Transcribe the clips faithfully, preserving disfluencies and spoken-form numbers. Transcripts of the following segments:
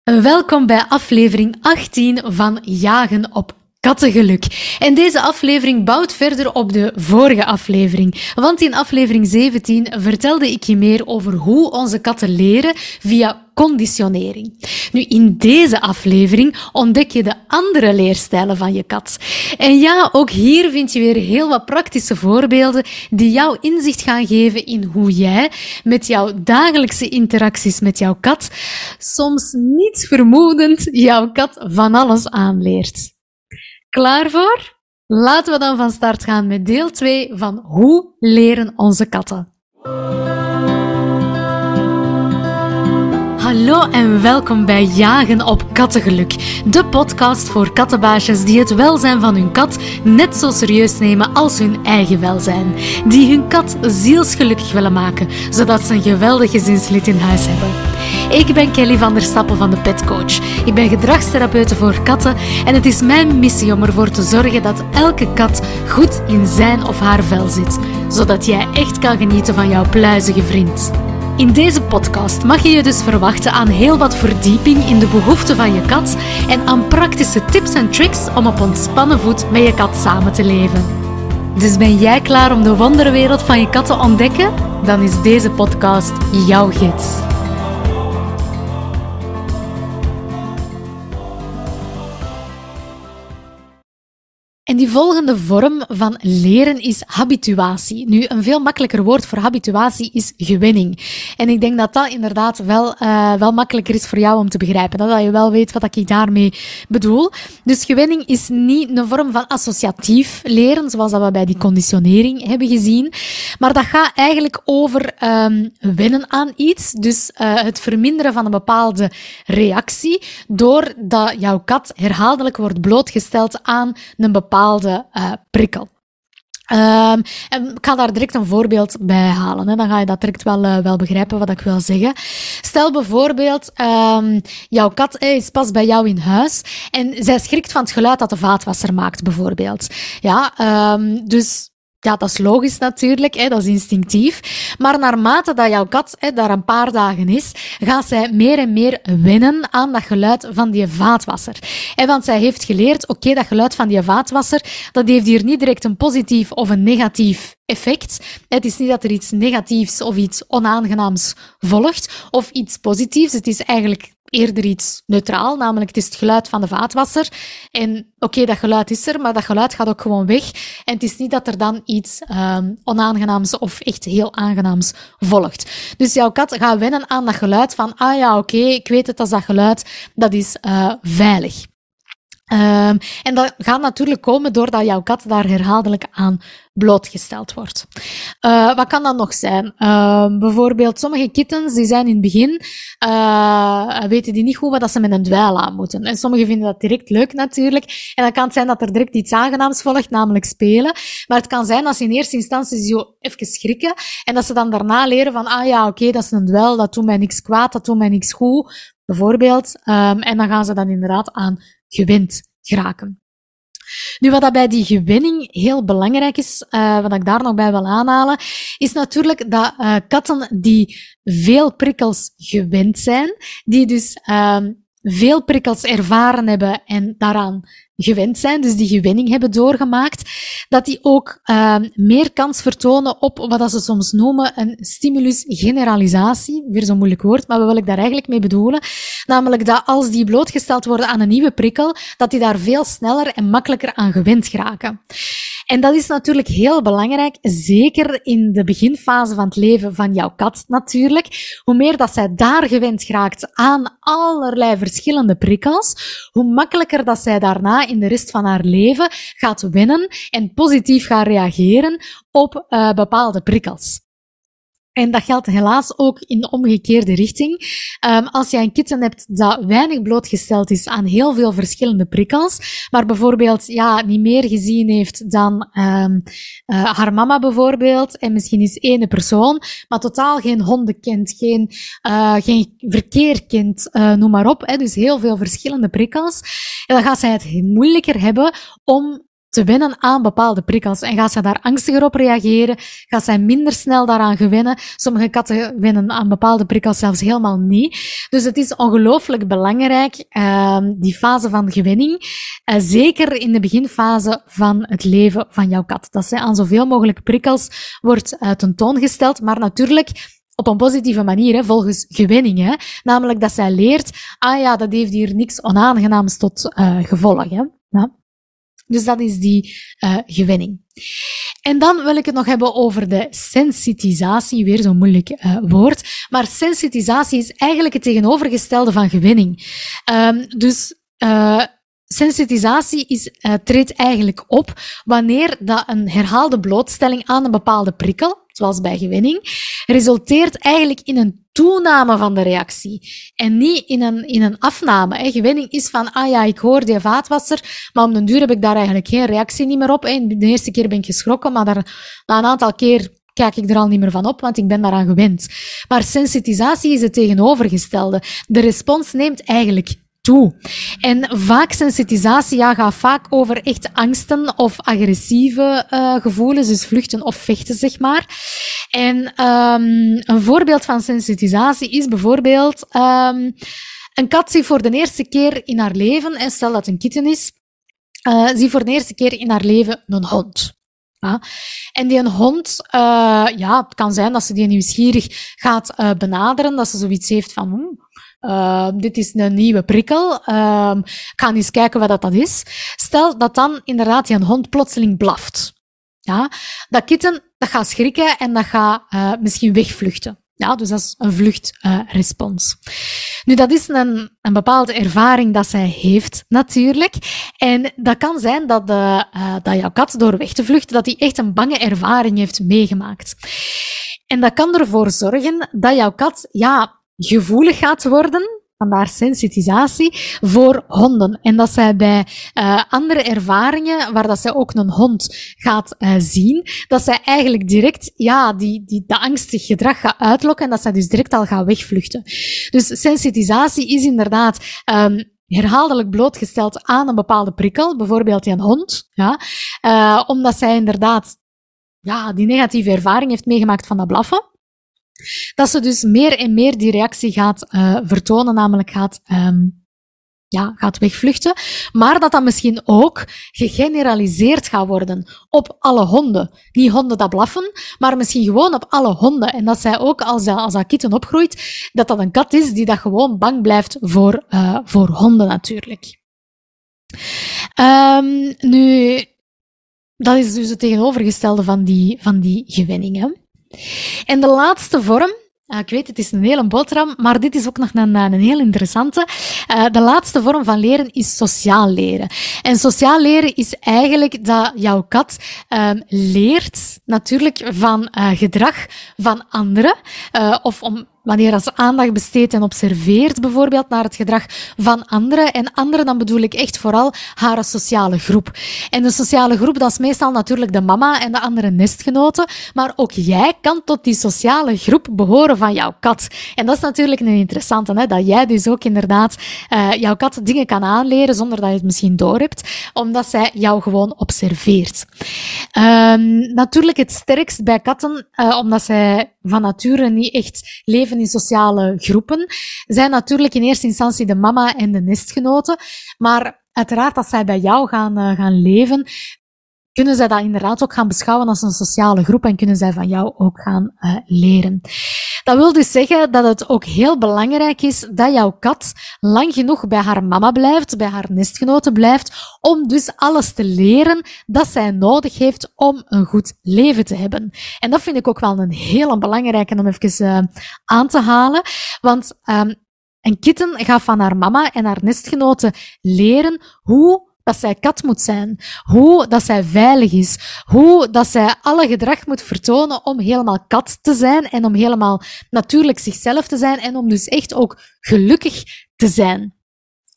Welkom bij aflevering achttien van Jagen op Kattengeluk. En deze aflevering bouwt verder op de vorige aflevering. Want in aflevering zeventien vertelde ik je meer over hoe onze katten leren via conditionering. Nu, in deze aflevering ontdek je de andere leerstijlen van je kat. En ja, ook hier vind je weer heel wat praktische voorbeelden die jou inzicht gaan geven in hoe jij met jouw dagelijkse interacties met jouw kat soms niets vermoedend jouw kat van alles aanleert. Klaar voor? Laten we dan van start gaan met deel twee van Hoe leren onze katten? Hallo en welkom bij Jagen op Kattengeluk, de podcast voor kattenbaasjes die het welzijn van hun kat net zo serieus nemen als hun eigen welzijn. Die hun kat zielsgelukkig willen maken, zodat ze een geweldig gezinslid in huis hebben. Ik ben Kelly van der Stappen van de Pet Coach. Ik ben gedragstherapeute voor katten en het is mijn missie om ervoor te zorgen dat elke kat goed in zijn of haar vel zit, zodat jij echt kan genieten van jouw pluizige vriend. In deze podcast mag je je dus verwachten aan heel wat verdieping in de behoeften van je kat en aan praktische tips en tricks om op ontspannen voet met je kat samen te leven. Dus ben jij klaar om de wonderwereld van je kat te ontdekken? Dan is deze podcast jouw gids. En die volgende vorm van leren is habituatie. Nu, een veel makkelijker woord voor habituatie is gewenning. En ik denk dat dat inderdaad wel, uh, wel makkelijker is voor jou om te begrijpen. Dat je wel weet wat ik daarmee bedoel. Dus gewenning is niet een vorm van associatief leren, zoals dat we bij die conditionering hebben gezien. Maar dat gaat eigenlijk over um, wennen aan iets. Dus uh, het verminderen van een bepaalde reactie, doordat jouw kat herhaaldelijk wordt blootgesteld aan een bepaalde bepaalde uh, prikkel. Um, en ik ga daar direct een voorbeeld bij halen. Hè. Dan ga je dat direct wel, uh, wel begrijpen wat ik wil zeggen. Stel bijvoorbeeld, um, jouw kat eh, is pas bij jou in huis en zij schrikt van het geluid dat de vaatwasser maakt, bijvoorbeeld. Ja, um, dus... Ja, dat is logisch natuurlijk, hè, dat is instinctief. Maar naarmate dat jouw kat hè, daar een paar dagen is, gaat zij meer en meer wennen aan dat geluid van die vaatwasser. En want zij heeft geleerd, oké, okay, dat geluid van die vaatwasser, dat heeft hier niet direct een positief of een negatief effect. Het is niet dat er iets negatiefs of iets onaangenaams volgt, of iets positiefs. Het is eigenlijk eerder iets neutraal, namelijk het is het geluid van de vaatwasser. En oké, okay, dat geluid is er, maar dat geluid gaat ook gewoon weg. En het is niet dat er dan iets um, onaangenaams of echt heel aangenaams volgt. Dus jouw kat gaat wennen aan dat geluid van, ah ja, oké, okay, ik weet het, dat is dat geluid, dat is uh, veilig. Um, en dat gaat natuurlijk komen doordat jouw kat daar herhaaldelijk aan blootgesteld wordt. Uh, wat kan dat nog zijn? Uh, bijvoorbeeld, sommige kittens die zijn in het begin, uh, weten die niet goed wat ze met een dweil aan moeten. En sommigen vinden dat direct leuk natuurlijk. En dan kan het zijn dat er direct iets aangenaams volgt, namelijk spelen. Maar het kan zijn dat ze in eerste instantie zo even schrikken en dat ze dan daarna leren van, ah ja, oké, okay, dat is een dweil, dat doet mij niks kwaad, dat doet mij niks goed, bijvoorbeeld. Um, en dan gaan ze dan inderdaad aan gewend geraken. Nu, wat dat bij die gewenning heel belangrijk is, uh, wat ik daar nog bij wil aanhalen, is natuurlijk dat uh, katten die veel prikkels gewend zijn, die dus uh, veel prikkels ervaren hebben en daaraan gewend zijn, dus die gewenning hebben doorgemaakt, dat die ook uh, meer kans vertonen op wat ze soms noemen een stimulus-generalisatie. Weer zo'n moeilijk woord, maar wat wil ik daar eigenlijk mee bedoelen? Namelijk dat als die blootgesteld worden aan een nieuwe prikkel, dat die daar veel sneller en makkelijker aan gewend geraken. En dat is natuurlijk heel belangrijk, zeker in de beginfase van het leven van jouw kat natuurlijk. Hoe meer dat zij daar gewend geraakt aan allerlei verschillende prikkels, hoe makkelijker dat zij daarna in de rest van haar leven gaat wennen en positief gaat reageren op uh, bepaalde prikkels. En dat geldt helaas ook in de omgekeerde richting. Um, als je een kitten hebt dat weinig blootgesteld is aan heel veel verschillende prikkels, maar bijvoorbeeld ja, niet meer gezien heeft dan um, uh, haar mama bijvoorbeeld, en misschien is ene persoon, maar totaal geen honden kent, geen, uh, geen verkeer kent, uh, noem maar op. Hè, dus heel veel verschillende prikkels. En dan gaat zij het moeilijker hebben om te wennen aan bepaalde prikkels. En gaat zij daar angstiger op reageren? Gaat zij minder snel daaraan gewennen? Sommige katten wennen aan bepaalde prikkels zelfs helemaal niet. Dus het is ongelooflijk belangrijk, uh, die fase van gewenning. Uh, zeker in de beginfase van het leven van jouw kat. Dat zij aan zoveel mogelijk prikkels wordt uh, tentoongesteld. Maar natuurlijk op een positieve manier, hè, volgens gewenning. Hè. Namelijk dat zij leert, ah ja, dat heeft hier niks onaangenaams tot uh, gevolg. Hè. Ja. Dus dat is die uh, gewenning. En dan wil ik het nog hebben over de sensitisatie. Weer zo'n moeilijk uh, woord. Maar sensitisatie is eigenlijk het tegenovergestelde van gewenning. Um, dus uh, sensitisatie is, uh, treedt eigenlijk op wanneer dat een herhaalde blootstelling aan een bepaalde prikkel, zoals bij gewenning, resulteert eigenlijk in een toename van de reactie. En niet in een, in een afname. Hè. Gewenning is van, ah ja, ik hoor die vaatwasser, maar om den duur heb ik daar eigenlijk geen reactie niet meer op. Hè. De eerste keer ben ik geschrokken, maar daar, na een aantal keer kijk ik er al niet meer van op, want ik ben daaraan gewend. Maar sensitisatie is het tegenovergestelde. De respons neemt eigenlijk toe. En vaak sensitisatie ja, gaat vaak over echt angsten of agressieve uh, gevoelens, dus vluchten of vechten, zeg maar. En um, een voorbeeld van sensitisatie is bijvoorbeeld um, een kat die voor de eerste keer in haar leven, en stel dat het een kitten is, uh, zie voor de eerste keer in haar leven een hond. Ja. En die een hond, uh, ja, het kan zijn dat ze die nieuwsgierig gaat uh, benaderen, dat ze zoiets heeft van, hmm, Uh, dit is een nieuwe prikkel. Uh, ik ga eens kijken wat dat, dat is. Stel dat dan inderdaad die een hond plotseling blaft. Ja, dat kitten, dat gaat schrikken en dat gaat uh, misschien wegvluchten. Ja, dus dat is een vluchtrespons. Uh, nu, dat is een, een bepaalde ervaring dat zij heeft, natuurlijk. En dat kan zijn dat, de, uh, dat jouw kat door weg te vluchten, dat die echt een bange ervaring heeft meegemaakt. En dat kan ervoor zorgen dat jouw kat, ja, gevoelig gaat worden, vandaar sensitisatie, voor honden. En dat zij bij uh, andere ervaringen, waar dat zij ook een hond gaat uh, zien, dat zij eigenlijk direct, ja, die, die, dat angstig gedrag gaat uitlokken en dat zij dus direct al gaat wegvluchten. Dus sensitisatie is inderdaad um, herhaaldelijk blootgesteld aan een bepaalde prikkel, bijvoorbeeld een hond, ja, uh, omdat zij inderdaad, ja, die negatieve ervaring heeft meegemaakt van dat blaffen. Dat ze dus meer en meer die reactie gaat uh, vertonen, namelijk gaat, um, ja, gaat wegvluchten. Maar dat dat misschien ook gegeneraliseerd gaat worden op alle honden. Niet honden dat blaffen, maar misschien gewoon op alle honden. En dat zij ook, als dat, als dat kitten opgroeit, dat dat een kat is die dat gewoon bang blijft voor, uh, voor honden natuurlijk. Um, nu, dat is dus het tegenovergestelde van die, van die gewenningen. En de laatste vorm, uh, ik weet het is een hele boterham, maar dit is ook nog een, een heel interessante. Uh, de laatste vorm van leren is sociaal leren. En sociaal leren is eigenlijk dat jouw kat uh, leert natuurlijk van uh, gedrag van anderen, uh, of om wanneer ze aandacht besteedt en observeert bijvoorbeeld naar het gedrag van anderen. En anderen, dan bedoel ik echt vooral haar sociale groep. En de sociale groep, dat is meestal natuurlijk de mama en de andere nestgenoten. Maar ook jij kan tot die sociale groep behoren van jouw kat. En dat is natuurlijk een interessante, hè, dat jij dus ook inderdaad uh, jouw kat dingen kan aanleren zonder dat je het misschien doorhebt, omdat zij jou gewoon observeert. Um, natuurlijk het sterkst bij katten, uh, omdat zij van nature niet echt leven in sociale groepen, zijn natuurlijk in eerste instantie de mama en de nestgenoten. Maar uiteraard, als zij bij jou gaan, uh, gaan leven, kunnen zij dat inderdaad ook gaan beschouwen als een sociale groep en kunnen zij van jou ook gaan uh, leren. Dat wil dus zeggen dat het ook heel belangrijk is dat jouw kat lang genoeg bij haar mama blijft, bij haar nestgenoten blijft, om dus alles te leren dat zij nodig heeft om een goed leven te hebben. En dat vind ik ook wel een hele belangrijke om even uh, aan te halen, want um, een kitten gaat van haar mama en haar nestgenoten leren hoe dat zij kat moet zijn, hoe dat zij veilig is, hoe dat zij alle gedrag moet vertonen om helemaal kat te zijn en om helemaal natuurlijk zichzelf te zijn en om dus echt ook gelukkig te zijn.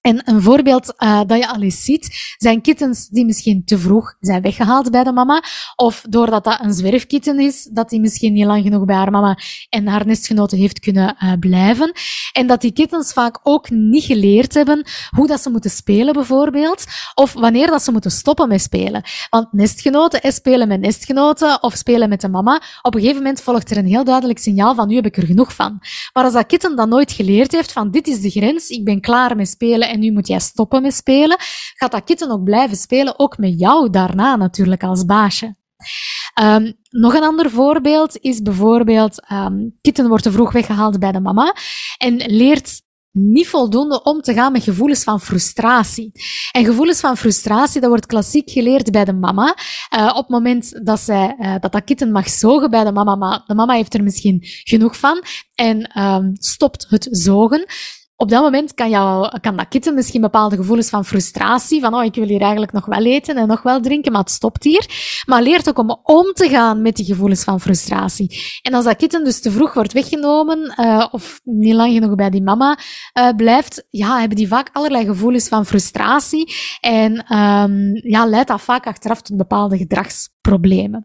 En een voorbeeld uh, dat je al eens ziet, zijn kittens die misschien te vroeg zijn weggehaald bij de mama, of doordat dat een zwerfkitten is, dat die misschien niet lang genoeg bij haar mama en haar nestgenoten heeft kunnen uh, blijven. En dat die kittens vaak ook niet geleerd hebben hoe dat ze moeten spelen bijvoorbeeld, of wanneer dat ze moeten stoppen met spelen. Want nestgenoten, eh, spelen met nestgenoten of spelen met de mama, op een gegeven moment volgt er een heel duidelijk signaal van nu heb ik er genoeg van. Maar als dat kitten dat nooit geleerd heeft van dit is de grens, ik ben klaar met spelen en nu moet jij stoppen met spelen, gaat dat kitten ook blijven spelen, ook met jou daarna natuurlijk als baasje. Um, nog een ander voorbeeld is bijvoorbeeld, um, kitten wordt te vroeg weggehaald bij de mama en leert niet voldoende om te gaan met gevoelens van frustratie. En gevoelens van frustratie, dat wordt klassiek geleerd bij de mama. Uh, op het moment dat, zij, uh, dat dat kitten mag zogen bij de mama, maar de mama heeft er misschien genoeg van en um, stopt het zogen. Op dat moment kan, jou, kan dat kitten misschien bepaalde gevoelens van frustratie, van oh, ik wil hier eigenlijk nog wel eten en nog wel drinken, maar het stopt hier. Maar leert ook om om te gaan met die gevoelens van frustratie. En als dat kitten dus te vroeg wordt weggenomen, uh, of niet lang genoeg bij die mama uh, blijft, ja, hebben die vaak allerlei gevoelens van frustratie en um, ja, leidt dat vaak achteraf tot bepaalde gedragsproblemen.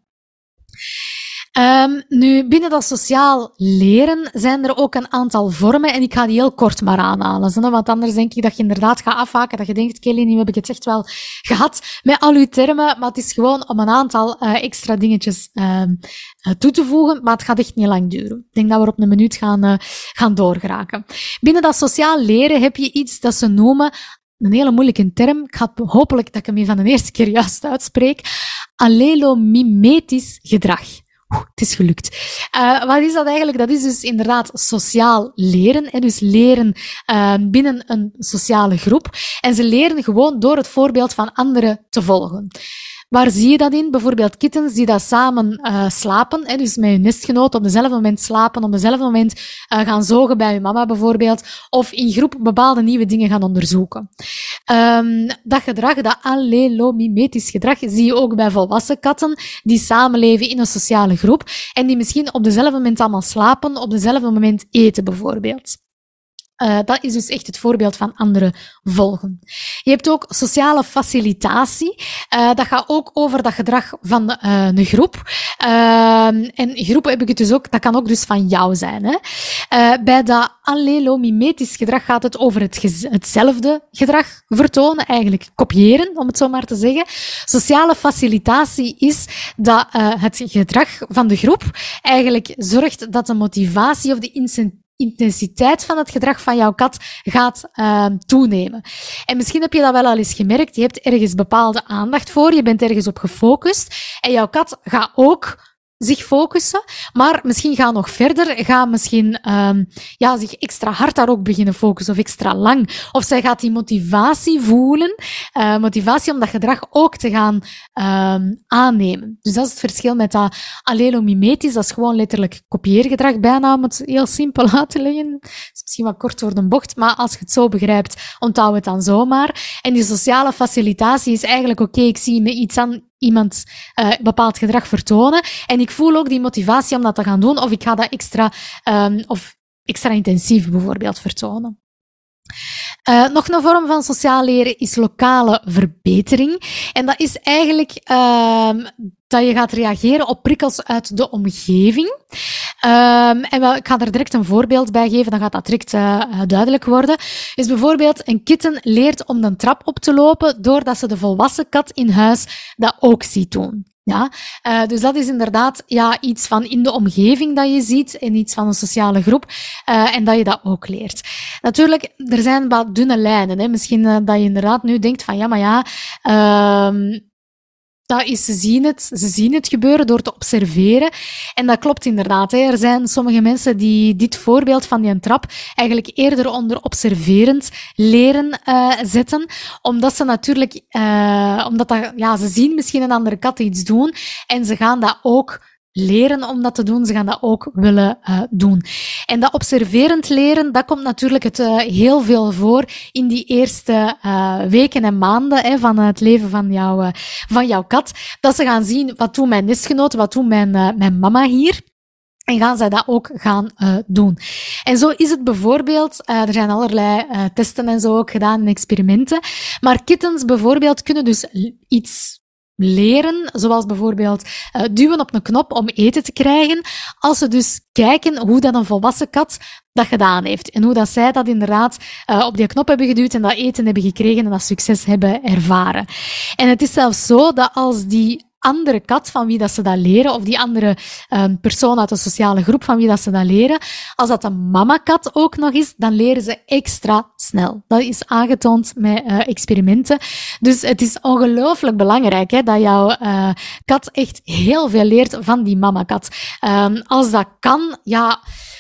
Um, nu, binnen dat sociaal leren zijn er ook een aantal vormen en ik ga die heel kort maar aanhalen. Zo, want anders denk ik dat je inderdaad gaat afhaken, dat je denkt, Kelly, nu heb ik het echt wel gehad met al uw termen, maar het is gewoon om een aantal uh, extra dingetjes uh, uh, toe te voegen, maar het gaat echt niet lang duren. Ik denk dat we op een minuut gaan, uh, gaan doorgeraken. Binnen dat sociaal leren heb je iets dat ze noemen, een hele moeilijke term, ik ga hopelijk dat ik hem hier van de eerste keer juist uitspreek, allelomimetisch gedrag. Oeh, het is gelukt. Uh, wat is dat eigenlijk? Dat is dus inderdaad sociaal leren. Hè? Dus leren uh, binnen een sociale groep. En ze leren gewoon door het voorbeeld van anderen te volgen. Waar zie je dat in? Bijvoorbeeld kittens die dat samen uh, slapen, hè, dus met hun nestgenoot op dezelfde moment slapen, op dezelfde moment uh, gaan zogen bij hun mama bijvoorbeeld, of in groep bepaalde nieuwe dingen gaan onderzoeken. Um, dat gedrag, dat allelomimetisch gedrag, zie je ook bij volwassen katten die samenleven in een sociale groep en die misschien op dezelfde moment allemaal slapen, op dezelfde moment eten bijvoorbeeld. Uh, dat is dus echt het voorbeeld van anderen volgen. Je hebt ook sociale facilitatie. Uh, dat gaat ook over dat gedrag van uh, een groep. Uh, en groepen heb ik het dus ook, dat kan ook dus van jou zijn. Hè? Uh, bij dat allelomimetisch gedrag gaat het over het gez- hetzelfde gedrag vertonen, eigenlijk kopiëren, om het zo maar te zeggen. Sociale facilitatie is dat uh, het gedrag van de groep eigenlijk zorgt dat de motivatie of de incentive intensiteit van het gedrag van jouw kat gaat uh, toenemen. En misschien heb je dat wel al eens gemerkt. Je hebt ergens bepaalde aandacht voor, je bent ergens op gefocust en jouw kat gaat ook zich focussen, maar misschien gaat nog verder, gaat misschien um, ja, zich extra hard daar ook beginnen focussen of extra lang. Of zij gaat die motivatie voelen, uh, motivatie om dat gedrag ook te gaan um, aannemen. Dus dat is het verschil met dat allelomimetisch, dat is gewoon letterlijk kopieergedrag, bijna om het heel simpel uit te leggen. Dat is misschien wat kort door de bocht, maar als je het zo begrijpt, onthoud het dan zomaar. En die sociale facilitatie is eigenlijk oké, okay, ik zie me iets aan iemand uh, bepaald gedrag vertonen en ik voel ook die motivatie om dat te gaan doen of ik ga dat extra um, of extra intensief bijvoorbeeld vertonen. Uh, nog een vorm van sociaal leren is lokale verbetering. En dat is eigenlijk uh, dat je gaat reageren op prikkels uit de omgeving. Um, en wel, ik ga er direct een voorbeeld bij geven, dan gaat dat direct uh, duidelijk worden. Dus bijvoorbeeld, een kitten leert om de trap op te lopen doordat ze de volwassen kat in huis dat ook ziet doen. Ja, uh, dus dat is inderdaad ja, iets van in de omgeving dat je ziet en iets van een sociale groep uh, en dat je dat ook leert. Natuurlijk, er zijn wat dunne lijnen. Hè. Misschien uh, dat je inderdaad nu denkt van ja, maar ja, uh, dat is, ze zien het, ze zien het gebeuren door te observeren. En dat klopt inderdaad. Hè. Er zijn sommige mensen die dit voorbeeld van die trap eigenlijk eerder onder observerend leren uh, zetten. Omdat ze natuurlijk, uh, omdat dat, ja, ze zien misschien een andere kat iets doen en ze gaan dat ook leren om dat te doen, ze gaan dat ook willen uh, doen. En dat observerend leren, dat komt natuurlijk het uh, heel veel voor in die eerste uh, weken en maanden hè, van het leven van, jou, uh, van jouw kat. Dat ze gaan zien, wat doen mijn nestgenoten, wat doen mijn, uh, mijn mama hier? En gaan zij dat ook gaan uh, doen. En zo is het bijvoorbeeld, uh, er zijn allerlei uh, testen en zo ook gedaan in experimenten, maar kittens bijvoorbeeld kunnen dus iets leren, zoals bijvoorbeeld uh, duwen op een knop om eten te krijgen, als ze dus kijken hoe dat een volwassen kat dat gedaan heeft. En hoe dat zij dat inderdaad uh, op die knop hebben geduwd en dat eten hebben gekregen en dat succes hebben ervaren. En het is zelfs zo dat als die andere kat van wie dat ze dat leren, of die andere um, persoon uit de sociale groep van wie dat ze dat leren, als dat een mamakat ook nog is, dan leren ze extra snel. Dat is aangetoond met uh, experimenten. Dus het is ongelooflijk belangrijk hè, dat jouw uh, kat echt heel veel leert van die mamakat. Um, als dat kan, ja...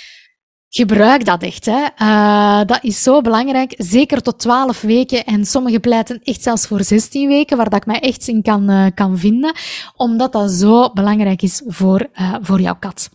Gebruik dat echt. Hè. Uh, dat is zo belangrijk. Zeker tot twaalf weken. En sommigen pleiten echt zelfs voor zestien weken, waar dat ik mij echt in kan, uh, kan vinden. Omdat dat zo belangrijk is voor, uh, voor jouw kat.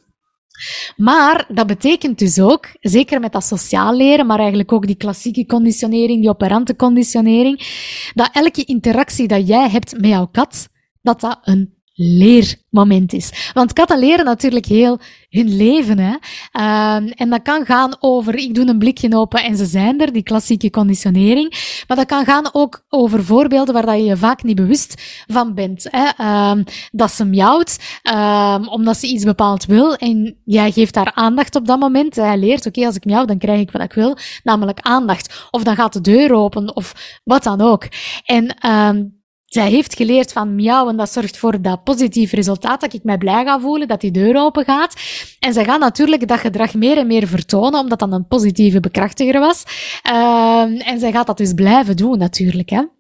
Maar dat betekent dus ook, zeker met dat sociaal leren, maar eigenlijk ook die klassieke conditionering, die operante conditionering, dat elke interactie dat jij hebt met jouw kat, dat dat een leermoment is. Want katten leren natuurlijk heel hun leven, hè. Um, en dat kan gaan over, ik doe een blikje open en ze zijn er, die klassieke conditionering. Maar dat kan gaan ook over voorbeelden waar dat je je vaak niet bewust van bent, hè. Um, dat ze miauwt, um, omdat ze iets bepaald wil en jij geeft haar aandacht op dat moment. Hij leert, oké, okay, als ik miauw, dan krijg ik wat ik wil, namelijk aandacht. Of dan gaat de deur open, of wat dan ook. En, um, zij heeft geleerd van miauwen, dat zorgt voor dat positief resultaat, dat ik mij blij ga voelen, dat die deur open gaat. En zij gaat natuurlijk dat gedrag meer en meer vertonen, omdat dat een positieve bekrachtiger was. Uh, en zij gaat dat dus blijven doen, natuurlijk. Hè.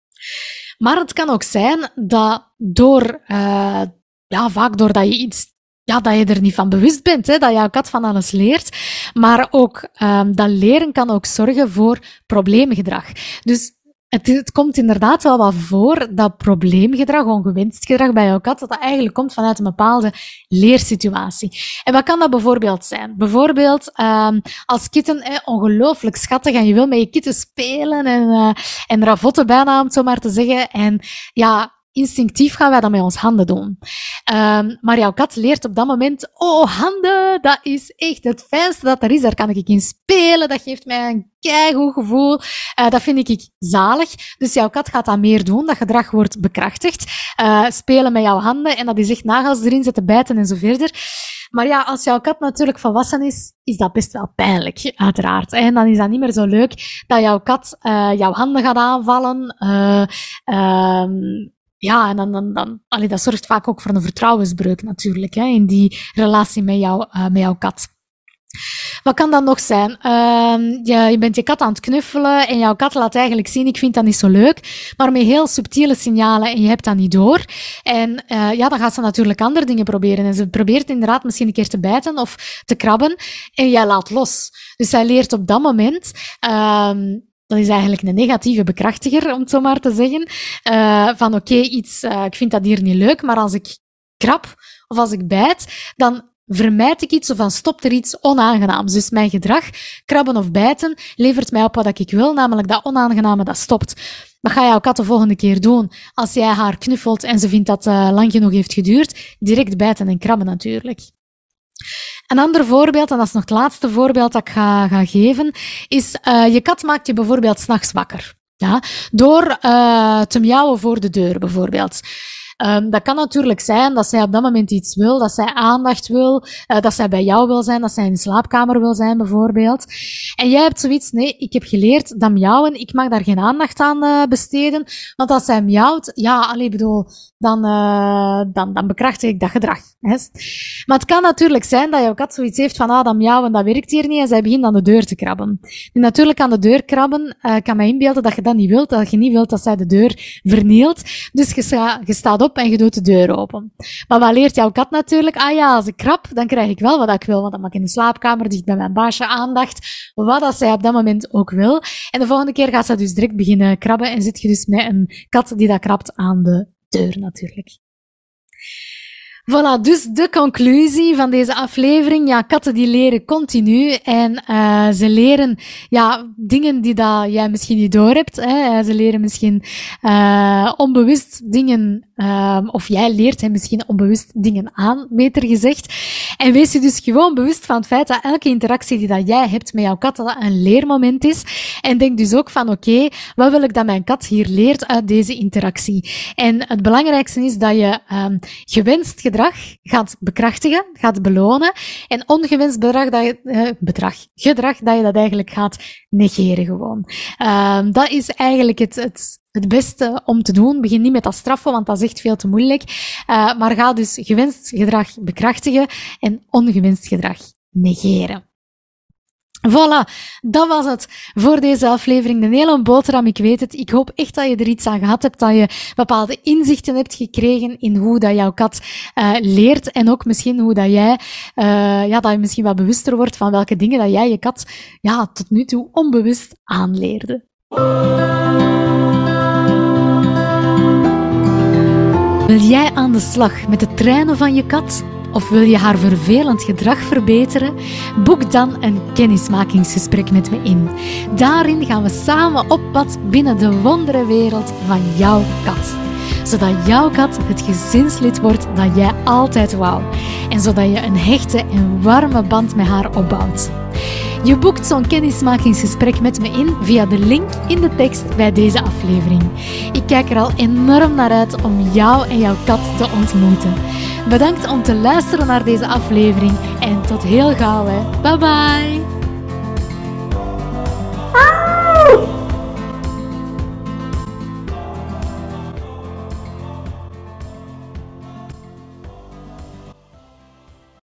Maar het kan ook zijn dat door, uh, ja, vaak doordat je iets, ja, dat je er niet van bewust bent, hè, dat jouw kat van alles leert. Maar ook, um, dat leren kan ook zorgen voor probleemgedrag. Dus Het, het komt inderdaad wel wat voor, dat probleemgedrag, ongewenst gedrag bij jouw kat, dat dat eigenlijk komt vanuit een bepaalde leersituatie. En wat kan dat bijvoorbeeld zijn? Bijvoorbeeld, um, als kitten, eh, ongelooflijk schattig, en je wil met je kitten spelen en, uh, en ravotten bijna, om het zo maar te zeggen. En ja, instinctief gaan wij dat met ons handen doen. Um, maar jouw kat leert op dat moment, oh, handen, dat is echt het fijnste dat er is. Daar kan ik in spelen. Dat geeft mij een keigoed gevoel. Uh, dat vind ik zalig. Dus jouw kat gaat dat meer doen. Dat gedrag wordt bekrachtigd. Uh, spelen met jouw handen. En dat is echt nagels erin zetten, bijten en zo verder. Maar ja, als jouw kat natuurlijk volwassen is, is dat best wel pijnlijk, uiteraard. En dan is dat niet meer zo leuk dat jouw kat uh, jouw handen gaat aanvallen. Uh, um, Ja, en dan, dan, dan, allee, dat zorgt vaak ook voor een vertrouwensbreuk natuurlijk, hè, in die relatie met, jou, uh, met jouw kat. Wat kan dat nog zijn? Uh, je, je bent je kat aan het knuffelen en jouw kat laat eigenlijk zien, ik vind dat niet zo leuk, maar met heel subtiele signalen en je hebt dat niet door. En uh, ja, dan gaat ze natuurlijk andere dingen proberen. En ze probeert inderdaad misschien een keer te bijten of te krabben en jij laat los. Dus zij leert op dat moment... Uh, Dat is eigenlijk een negatieve bekrachtiger, om het zo maar te zeggen. Uh, van oké, okay, iets, uh, ik vind dat hier niet leuk, maar als ik krab of als ik bijt, dan vermijd ik iets of dan stopt er iets onaangenaams. Dus mijn gedrag, krabben of bijten, levert mij op wat ik wil, namelijk dat onaangename dat stopt. Wat ga jouw kat de volgende keer doen? Als jij haar knuffelt en ze vindt dat het uh, lang genoeg heeft geduurd, direct bijten en krabben natuurlijk. Een ander voorbeeld, en dat is nog het laatste voorbeeld dat ik ga, ga geven, is uh, je kat maakt je bijvoorbeeld 's nachts wakker. Ja? Door uh, te miauwen voor de deur bijvoorbeeld. Um, dat kan natuurlijk zijn dat zij op dat moment iets wil, dat zij aandacht wil, uh, dat zij bij jou wil zijn, dat zij in de slaapkamer wil zijn bijvoorbeeld. En jij hebt zoiets, nee, ik heb geleerd dat miauwen, ik mag daar geen aandacht aan uh, besteden, want als zij miauwt, ja, allee, bedoel, dan, uh, dan, dan bekrachtig ik dat gedrag. Hè. Maar het kan natuurlijk zijn dat jouw kat zoiets heeft van, ah, dat miauwen, dat werkt hier niet, en zij begint aan de deur te krabben. En natuurlijk aan de deur krabben, uh, kan mij inbeelden dat je dat niet wilt, dat je niet wilt dat zij de deur vernielt. Dus je, sta, je staat op en je doet de deur open. Maar wat leert jouw kat natuurlijk? Ah ja, als ik krab, dan krijg ik wel wat ik wil, want dan maak ik in de slaapkamer dicht bij mijn baasje aandacht, wat dat zij op dat moment ook wil. En de volgende keer gaat ze dus direct beginnen krabben en zit je dus met een kat die dat krabt aan de deur natuurlijk. Voilà, dus de conclusie van deze aflevering. Ja, katten die leren continu en uh, ze leren ja, dingen die dat jij misschien niet doorhebt. Hè. Ze leren misschien uh, onbewust dingen, uh, of jij leert hen misschien onbewust dingen aan, beter gezegd. En wees je dus gewoon bewust van het feit dat elke interactie die dat jij hebt met jouw kat, dat dat een leermoment is. En denk dus ook van, oké, okay, wat wil ik dat mijn kat hier leert uit deze interactie? En het belangrijkste is dat je um, gewenst gedrag gaat bekrachtigen, gaat belonen. En ongewenst bedrag dat je, uh, bedrag, gedrag dat je dat eigenlijk gaat negeren gewoon. Um, dat is eigenlijk het, het, het beste om te doen. Begin niet met dat straffen, want dat is echt veel te moeilijk. Uh, maar ga dus gewenst gedrag bekrachtigen en ongewenst gedrag negeren. Voilà, dat was het voor deze aflevering. Een hele boterham, ik weet het. Ik hoop echt dat je er iets aan gehad hebt, dat je bepaalde inzichten hebt gekregen in hoe dat jouw kat uh, leert en ook misschien hoe dat jij, uh, ja, dat je misschien wat bewuster wordt van welke dingen dat jij je kat, ja, tot nu toe onbewust aanleerde. Wil jij aan de slag met het trainen van je kat? Of wil je haar vervelend gedrag verbeteren? Boek dan een kennismakingsgesprek met me in. Daarin gaan we samen op pad binnen de wonderenwereld van jouw kat. Zodat jouw kat het gezinslid wordt dat jij altijd wou. En zodat je een hechte en warme band met haar opbouwt. Je boekt zo'n kennismakingsgesprek met me in via de link in de tekst bij deze aflevering. Ik kijk er al enorm naar uit om jou en jouw kat te ontmoeten. Bedankt om te luisteren naar deze aflevering en tot heel gauw. Hè. Bye bye!